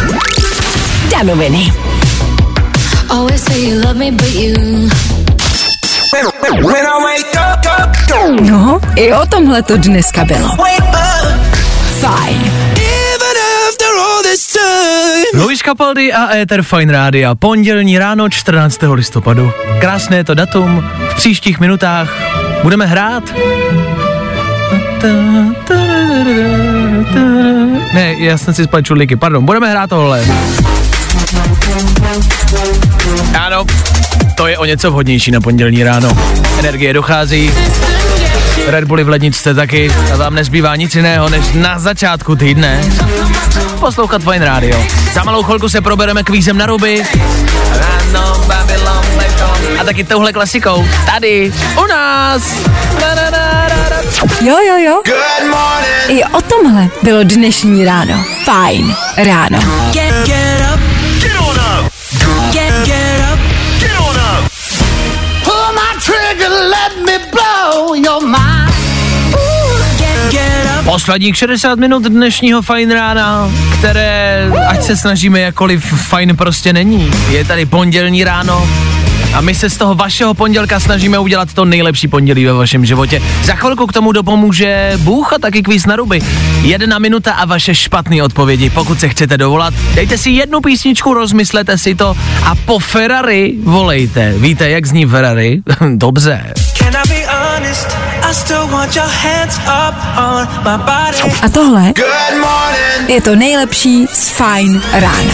Speaker 1: Danoviny. No, i o tomhle to dneska bylo. Fajn.
Speaker 2: Luis Capaldi a Éter Fine Rádia. Pondělní ráno čtrnáctého listopadu. Krásné je to datum. V příštích minutách budeme hrát. Ne, já jsem si spal čudlíky, pardon. Budeme hrát tohle. Ano, to je o něco vhodnější na pondělní ráno. Energie dochází. Red Bulli v ledničce taky a vám nezbývá nic jiného, než na začátku týdne poslouchat Fine Radio. Za malou chvilku se probereme kvízem na ruby a taky touhle klasikou tady u nás.
Speaker 1: Jo, jo, jo. I o tomhle bylo dnešní ráno. Fajn ráno.
Speaker 13: Get, get up. Get on up. Get, get up. Get on up. Pull my trigger, let me blow your mind. Ooh, get, get up.
Speaker 2: Posledních šedesát minut dnešního Fajn rána, které, ať se snažíme jakkoliv, fajn prostě není. Je tady pondělní ráno a my se z toho vašeho pondělka snažíme udělat to nejlepší pondělí ve vašem životě. Za chvilku k tomu dopomůže Bůh a taky kvíz na ruby. Jedna minuta a vaše špatné odpovědi. Pokud se chcete dovolat, dejte si jednu písničku, rozmyslete si to a po Ferrari volejte. Víte, jak zní Ferrari? Dobře.
Speaker 1: A tohle je to nejlepší z Fajn rána.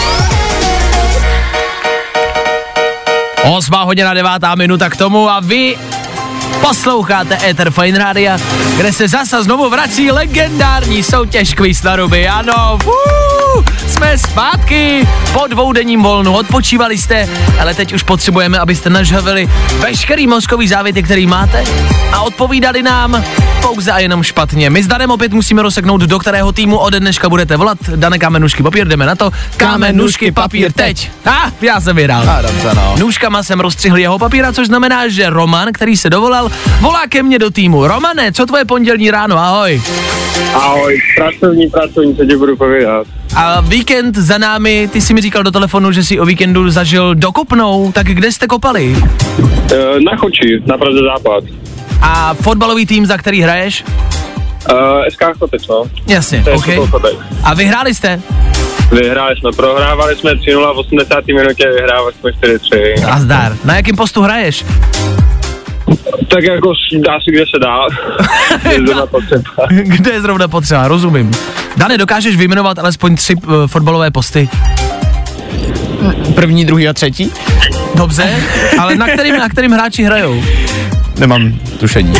Speaker 2: Osmá hodina, devátá minuta k tomu a vy posloucháte Éter Fajn Rádia, kde se zasa znovu vrací legendární soutěž Kvíz na ruby. Ano, fuu, jsme zpátky po dvoudenním volnu, odpočívali jste, ale teď už potřebujeme, abyste nažhavili veškerý mozkový závity, který máte a odpovídali nám pouze a jenom špatně. My s Danem opět musíme rozseknout, do kterého týmu ode dneška budete volat. Dane, kámen, nůžky, papír, jdeme na to. Kámen, nůžky, papír, teď. A ah, já jsem vyhrál.
Speaker 3: A dobře, no.
Speaker 2: Nůžkama jsem rozstřihl jeho papíra, což znamená, že Roman, který se dovolal, volá ke mně do týmu. Romane, co tvoje pondělní ráno? Ahoj.
Speaker 10: Ahoj, pracovní, pracovní, co ti budu povědat.
Speaker 2: A víkend za námi, ty jsi mi říkal do telefonu, že jsi o víkendu zažil dokopnou, tak kde jste kopali?
Speaker 10: Na Choči, na Praze Západ.
Speaker 2: A fotbalový tým, za který hraješ?
Speaker 10: Uh, S K Chotec, no.
Speaker 2: Jasně, ok. A vyhráli jste?
Speaker 10: Vyhráli jsme, prohrávali jsme tři nula, v osmdesáté minutě vyhrávali jsme čtyři tři.
Speaker 2: A zdar. Na jakém postu hraješ?
Speaker 10: Tak jako dá si, kde se dá. Kde je zrovna potřeba.
Speaker 2: Kde je zrovna potřeba, rozumím. Dane, dokážeš vyjmenovat alespoň tři uh, fotbalové posty?
Speaker 3: První, druhý a třetí?
Speaker 2: Dobře, ale na kterým, na kterým hráči hrajou?
Speaker 3: Nemám tušení.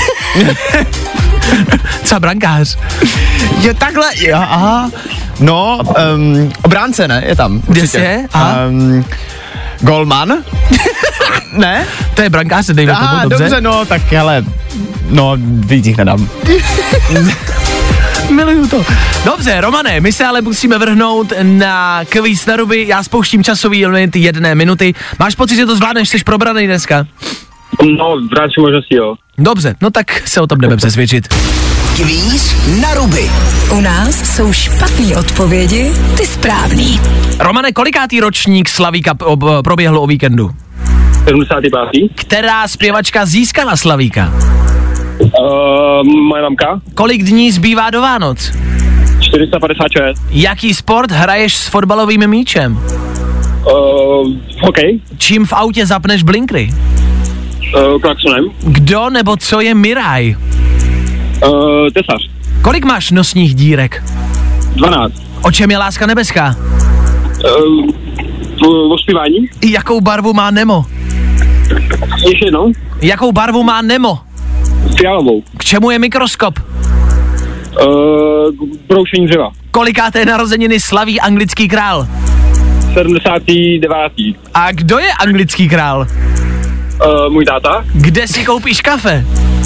Speaker 2: Třeba brankář.
Speaker 3: Je takhle, jo, aha. No, um, obránce, ne, je tam.
Speaker 2: Určitě. Um,
Speaker 3: Golman? Ne?
Speaker 2: To je brankář, dejme tomu,
Speaker 3: aha,
Speaker 2: dobře.
Speaker 3: dobře, no, tak hele, no, víc jich nedám.
Speaker 2: Miluju to. Dobře, Romane, my se ale musíme vrhnout na kvíz na ruby. Já spouštím časový limit jedné minuty. Máš pocit, že to zvládneš, jsi probranej dneska?
Speaker 10: No, v rámci možností, jo.
Speaker 2: Dobře, no tak se o tom jdeme přesvědčit.
Speaker 6: Kvíz na ruby.
Speaker 1: U nás jsou špatné odpovědi, ty správný.
Speaker 2: Romane, kolikátý ročník Slavíka ob- proběhl o víkendu?
Speaker 10: sedmdesátý pátý
Speaker 2: Která zpěvačka získala Slavíka?
Speaker 10: Uh, moje mamka.
Speaker 2: Kolik dní zbývá do Vánoc?
Speaker 10: čtyři sta padesát šest.
Speaker 2: Jaký sport hraješ s fotbalovým míčem?
Speaker 10: Uh, hokej.
Speaker 2: Čím v autě zapneš blinkry?
Speaker 10: Uh, klaksonem.
Speaker 2: Kdo nebo co je Miraj?
Speaker 10: Uh, tesař.
Speaker 2: Kolik máš nosních dírek?
Speaker 10: dvanáct.
Speaker 2: O čem je Láska nebeská?
Speaker 10: Uh, o zpívání.
Speaker 2: Jakou barvu má Nemo?
Speaker 10: Ještě jednou.
Speaker 2: Jakou barvu má Nemo?
Speaker 10: Fialovou.
Speaker 2: K čemu je mikroskop?
Speaker 10: Uh, broušení dřeva.
Speaker 2: Kolikáté narozeniny slaví anglický král?
Speaker 10: sedmdesátý devátý.
Speaker 2: A kdo je anglický král?
Speaker 10: Uh, můj táta.
Speaker 2: Kde si koupíš kafe?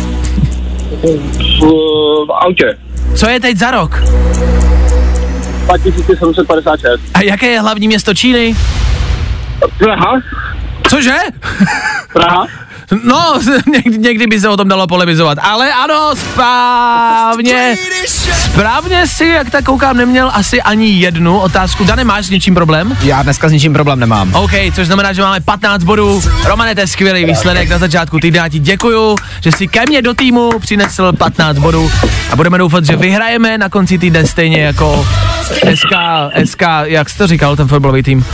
Speaker 10: V, v autě.
Speaker 2: Co je teď za rok?
Speaker 10: dva tisíce sedm set padesát šest.
Speaker 2: A jaké je hlavní město Číny?
Speaker 10: Praha.
Speaker 2: Cože?
Speaker 10: Praha.
Speaker 2: No, někdy, někdy by se o tom dalo polemizovat, ale ano, správně, správně si, jak tak koukám, neměl asi ani jednu otázku. Dane, máš s něčím problém?
Speaker 3: Já dneska s ničím problém nemám.
Speaker 2: OK, což znamená, že máme patnáct bodů. Romane, to je skvělý výsledek na začátku týdne. Já ti děkuju, že jsi ke mně do týmu přinesl patnáct bodů a budeme doufat, že vyhrajeme na konci týdne stejně jako S K, S K, jak jsi to říkal, ten fotbalový tým?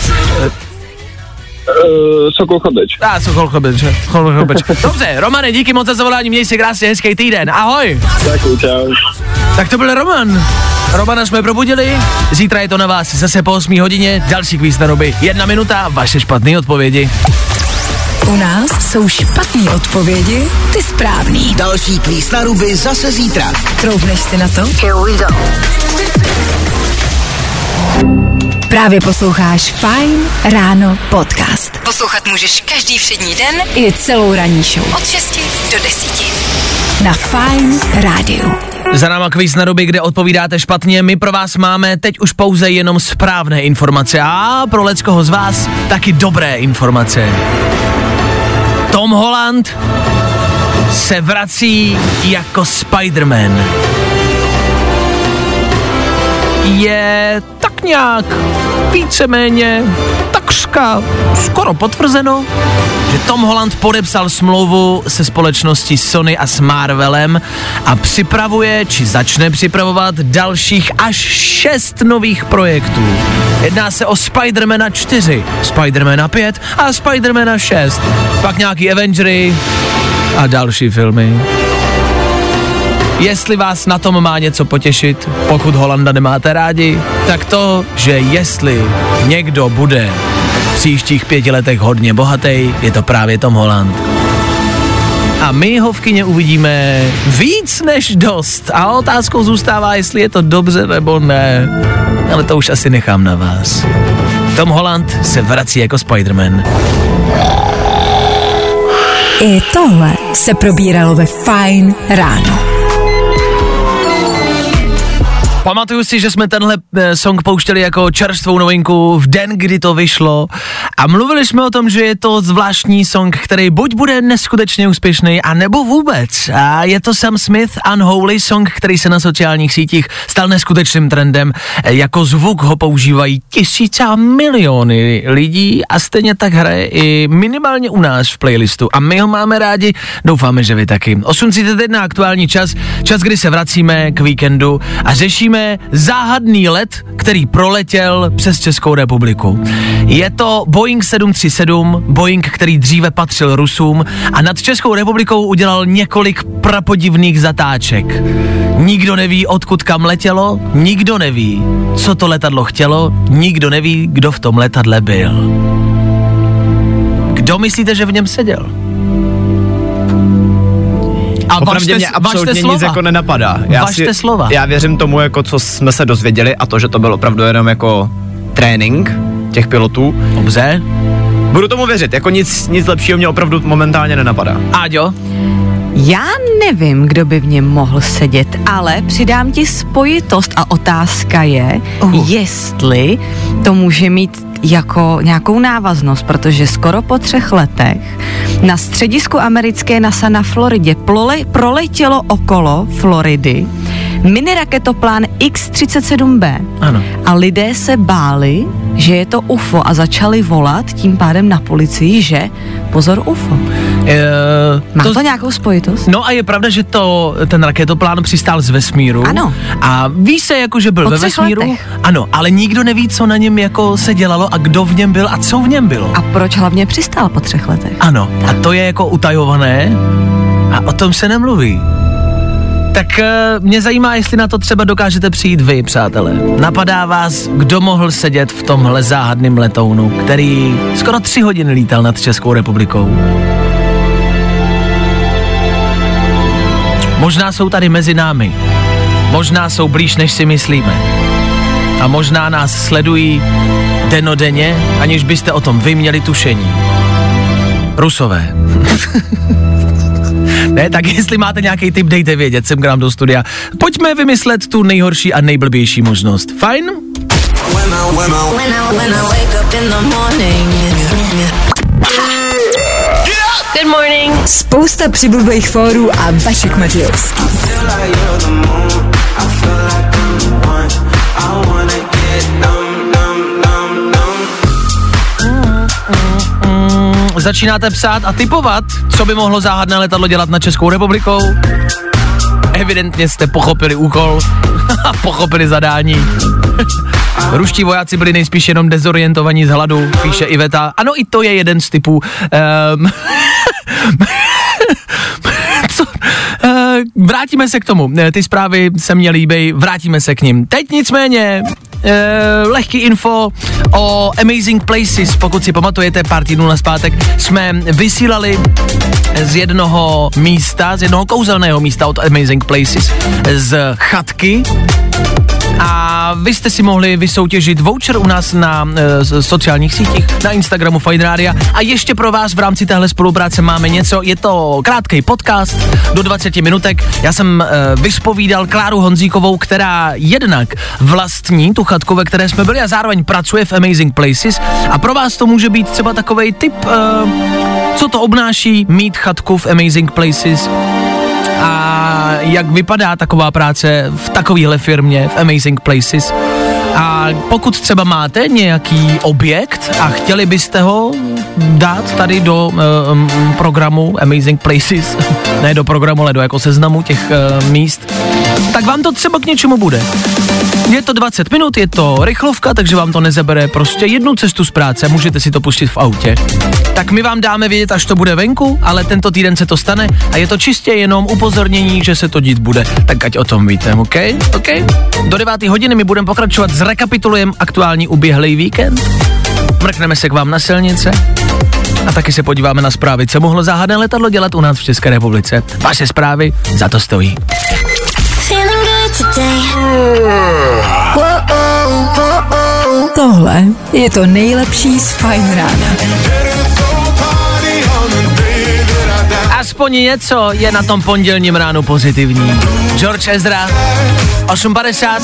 Speaker 10: Uh, Sokol Chobeč.
Speaker 2: A, Sokol Chobeč, Sokol Chobeč. Dobře, Romane, díky moc za zavolání, měj si krásně hezký týden, ahoj.
Speaker 10: Děkuji, čau.
Speaker 2: Tak to byl Roman. Romana jsme probudili, zítra je to na vás zase po osmé hodině, další kvíz na ruby. Jedna minuta, vaše špatné odpovědi.
Speaker 1: U nás jsou špatné odpovědi, ty správný.
Speaker 6: Další kvíz na ruby zase zítra.
Speaker 1: Troufneš si na to?
Speaker 4: Here we go.
Speaker 1: Právě posloucháš Fajn ráno podcast. Poslouchat můžeš každý všední den i celou ranní show. Od šesti do desíti. Na Fajn rádiu.
Speaker 2: Za náma kvíz na ruby, kde odpovídáte špatně. My pro vás máme teď už pouze jenom správné informace. A pro leckoho z vás taky dobré informace. Tom Holland se vrací jako Spider-Man. Je tak nějak víceméně takřka skoro potvrzeno, že Tom Holland podepsal smlouvu se společností Sony a s Marvelem a připravuje, či začne připravovat dalších až šest nových projektů. Jedná se o Spidermana čtyři, Spidermana pět a Spidermana šest. Pak nějaký Avengery a další filmy. Jestli vás na tom má něco potěšit, pokud Holanda nemáte rádi, tak to, že jestli někdo bude v příštích pěti letech hodně bohatý, je to právě Tom Holland. A my ho v kině uvidíme víc než dost. A otázkou zůstává, jestli je to dobře nebo ne. Ale to už asi nechám na vás. Tom Holland se vrací jako Spider-Man.
Speaker 1: I tohle se probíralo ve Fajn ráno.
Speaker 2: Pamatuju si, že jsme tenhle song pouštěli jako čerstvou novinku v den, kdy to vyšlo a mluvili jsme o tom, že je to zvláštní song, který buď bude neskutečně úspěšný, a nebo vůbec. A je to Sam Smith Unholy, song, který se na sociálních sítích stal neskutečným trendem. Jako zvuk ho používají tisíce a miliony lidí a stejně tak hraje i minimálně u nás v playlistu. A my ho máme rádi, doufáme, že vy taky. osm třicet jedna aktuální čas, čas, kdy se vracíme k víkendu a řešíme záhadný let, který proletěl přes Českou republiku. Je to Boeing sedm tři sedm, Boeing, který dříve patřil Rusům a nad Českou republikou udělal několik prapodivných zatáček. Nikdo neví, odkud kam letělo, nikdo neví, co to letadlo chtělo, nikdo neví, kdo v tom letadle byl. Kdo myslíte, že v něm seděl?
Speaker 3: A opravdu mě absolutně nic jako nenapadá. Já
Speaker 2: važte
Speaker 3: si,
Speaker 2: slova.
Speaker 3: Já věřím tomu, jako co jsme se dozvěděli, a to, že to byl opravdu jenom jako trénink těch pilotů.
Speaker 2: Dobře.
Speaker 3: Budu tomu věřit, jako nic, nic lepšího mě opravdu momentálně nenapadá.
Speaker 2: Áďo?
Speaker 5: Já nevím, kdo by v něm mohl sedět, ale přidám ti spojitost a otázka je, uh. jestli to může mít jako nějakou návaznost, protože skoro po třech letech na středisku americké NASA na Floridě plole, proletělo okolo Floridy mini raketoplán X třicet sedm bé.
Speaker 2: Ano.
Speaker 5: A lidé se báli, že je to U F O a začali volat tím pádem na policii, že pozor U F O.
Speaker 2: E,
Speaker 5: Má
Speaker 2: to,
Speaker 5: to nějakou spojitost?
Speaker 2: No a je pravda, že to ten raketoplán přistál z vesmíru.
Speaker 5: Ano.
Speaker 2: A ví se jako, že byl
Speaker 5: po
Speaker 2: ve vesmíru.
Speaker 5: Letech.
Speaker 2: Ano, ale nikdo neví, co na něm jako se dělalo a kdo v něm byl a co v něm bylo.
Speaker 5: A proč hlavně přistál po třech letech?
Speaker 2: Ano, tak. A to je jako utajované a o tom se nemluví. Tak uh, mě zajímá, jestli na to třeba dokážete přijít vy, přátelé. Napadá vás, kdo mohl sedět v tomhle záhadném letounu, který skoro tři hodiny lítal nad Českou republikou. Možná jsou tady mezi námi. Možná jsou blíž, než si myslíme. A možná nás sledují denodenně, aniž byste o tom vy měli tušení. Rusové. Ne, tak jestli máte nějaký tip, dejte vědět sem k nám do studia. Pojďme vymyslet tu nejhorší a nejblbější možnost. Fajn?
Speaker 1: Good morning. Spousta přibulbých fórů a Vašek Matějovský.
Speaker 2: Začínáte psát a tipovat, co by mohlo záhadné letadlo dělat nad Českou republikou? Evidentně jste pochopili úkol a pochopili zadání. Ruští vojáci byli nejspíš jenom dezorientovaní z hladu, píše Iveta. Ano, i to je jeden z typů. Um, co? Uh, vrátíme se k tomu. Ty zprávy se mně líbí, vrátíme se k nim. Teď nicméně e, lehký info o Amazing Places. Pokud si pamatujete, pár týdnů nazpátek jsme vysílali z jednoho místa, z jednoho kouzelného místa od Amazing Places, z chatky. A vy jste si mohli vysoutěžit voucher u nás na e, sociálních sítích, na Instagramu Fajn Rádia. A ještě pro vás v rámci téhle spolupráce máme něco, je to krátký podcast do dvacet minutek. Já jsem e, vyspovídal Kláru Honzíkovou, která jednak vlastní tu chatku, ve které jsme byli a zároveň pracuje v Amazing Places. A pro vás to může být třeba takovej tip, e, co to obnáší mít chatku v Amazing Places. A jak vypadá taková práce v takovéhle firmě, v Amazing Places. A pokud třeba máte nějaký objekt a chtěli byste ho dát tady do um, programu Amazing Places, ne do programu, ale do jako seznamu těch uh, míst, tak vám to třeba k něčemu bude. Je to dvacet minut, je to rychlovka, takže vám to nezabere prostě jednu cestu z práce, můžete si to pustit v autě. Tak my vám dáme vědět, až to bude venku, ale tento týden se to stane a je to čistě jenom upozornění, že se to dít bude. Tak ať o tom víte, OK? OK? Do deváté hodiny my budeme pokračovat, zrekapitulujeme aktuální uběhlej víkend, mrkneme se k vám na silnice a taky se podíváme na zprávy, co mohlo záhadné letadlo dělat u nás v České republice. Vaše zprávy za to stojí.
Speaker 1: Tohle je to nejlepší z Fajn rána.
Speaker 2: Aspoň něco je na tom pondělním ránu pozitivní. George Ezra, osm padesát.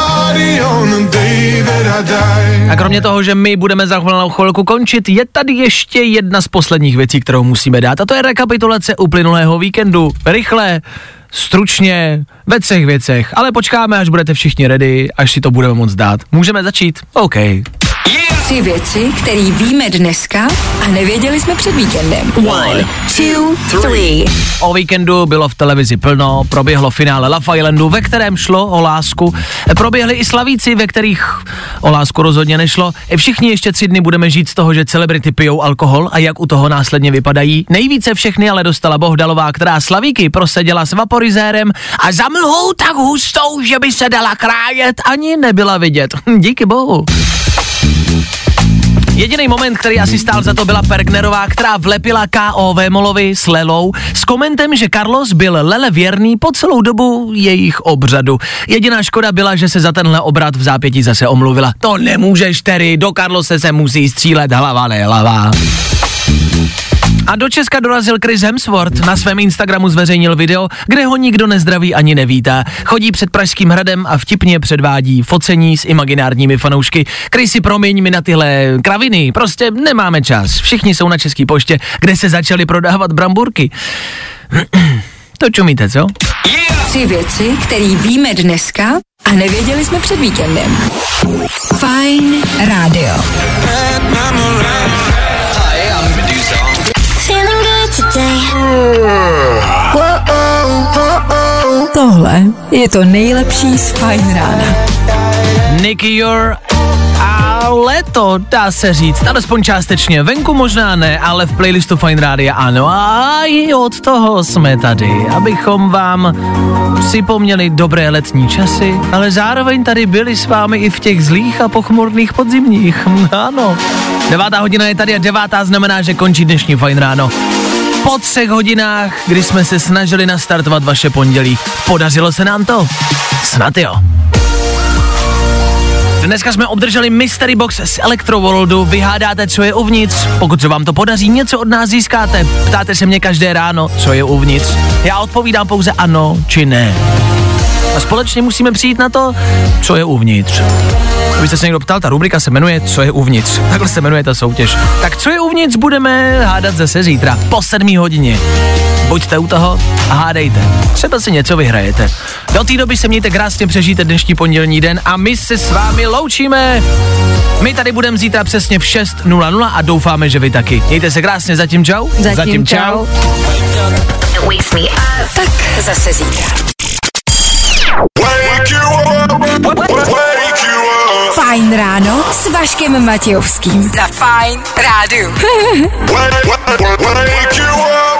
Speaker 2: A kromě toho, že my budeme za chvilku končit, je tady ještě jedna z posledních věcí, kterou musíme dát. A to je rekapitulace uplynulého víkendu. Rychle, stručně, ve třech věcech. Ale počkáme, až budete všichni ready, až si to budeme moct dát. Můžeme začít? OK.
Speaker 1: Tři věci, které víme dneska a nevěděli jsme před víkendem. One, two, three.
Speaker 2: O víkendu bylo v televizi plno, proběhlo finále Love Islandu, ve kterém šlo o lásku. Proběhly i slavíci, ve kterých o lásku rozhodně nešlo. Všichni ještě tři dny budeme žít z toho, že celebrity pijou alkohol a jak u toho následně vypadají. Nejvíce všechny ale dostala Bohdalová, která slavíky proseděla s vaporizérem a za mlhou tak hustou, že by se dala krájet, ani nebyla vidět. Díky bohu. Jediný moment, který asi stál za to, byla Pergnerová, která vlepila K O Vémolovi s Lelou s komentem, že Carlos byl Lele věrný po celou dobu jejich obřadu. Jediná škoda byla, že se za tenhle obrat v zápětí zase omluvila. To nemůžeš, Terry, do Carlose se musí střílet hlava nehlava. A do Česka dorazil Chris Hemsworth, na svém Instagramu zveřejnil video, kde ho nikdo nezdraví ani nevítá. Chodí před Pražským hradem a vtipně předvádí focení s imaginárními fanoušky. Chrisi, promiň mi na tyhle kraviny, prostě nemáme čas. Všichni jsou na České poště, kde se začaly prodávat bramburky. To čumíte, co?
Speaker 1: Tři věci, které víme dneska a nevěděli jsme před víkendem. Fajn rádio. Tohle je to nejlepší z Fajn rána.
Speaker 2: Nicky Your a léto, dá se říct, alespoň částečně. Venku možná ne, ale v playlistu Fajn rádia ano. A i od toho jsme tady, abychom vám připomněli dobré letní časy, ale zároveň tady byli s vámi i v těch zlých a pochmurných podzimních. Ano. Devátá hodina je tady a devátá znamená, že končí dnešní Fajn ráno. Po třech hodinách, kdy jsme se snažili nastartovat vaše pondělí. Podařilo se nám to? Snad jo. Dneska jsme obdrželi Mystery Box z Electroworldu, vyhádáte, co je uvnitř. Pokud se vám to podaří, něco od nás získáte. Ptáte se mě každé ráno, co je uvnitř. Já odpovídám pouze ano či ne. A společně musíme přijít na to, co je uvnitř. Kdybyste se někdo ptal, ta rubrika se jmenuje Co je uvnitř. Takhle se jmenuje ta soutěž. Tak co je uvnitř, budeme hádat zase zítra po sedmé hodině. Buďte u toho a hádejte. Třeba si něco vyhrajete. Do té doby se mějte krásně, přežijte dnešní pondělní den a my se s vámi loučíme. My tady budeme zítra přesně v šest nula nula a doufáme, že vy taky. Mějte se krásně, zatím čau.
Speaker 1: Zatím, zatím čau. Tak zase zítra. Fajn ráno s Vaškem Matějovským. Na Fajn rádiu.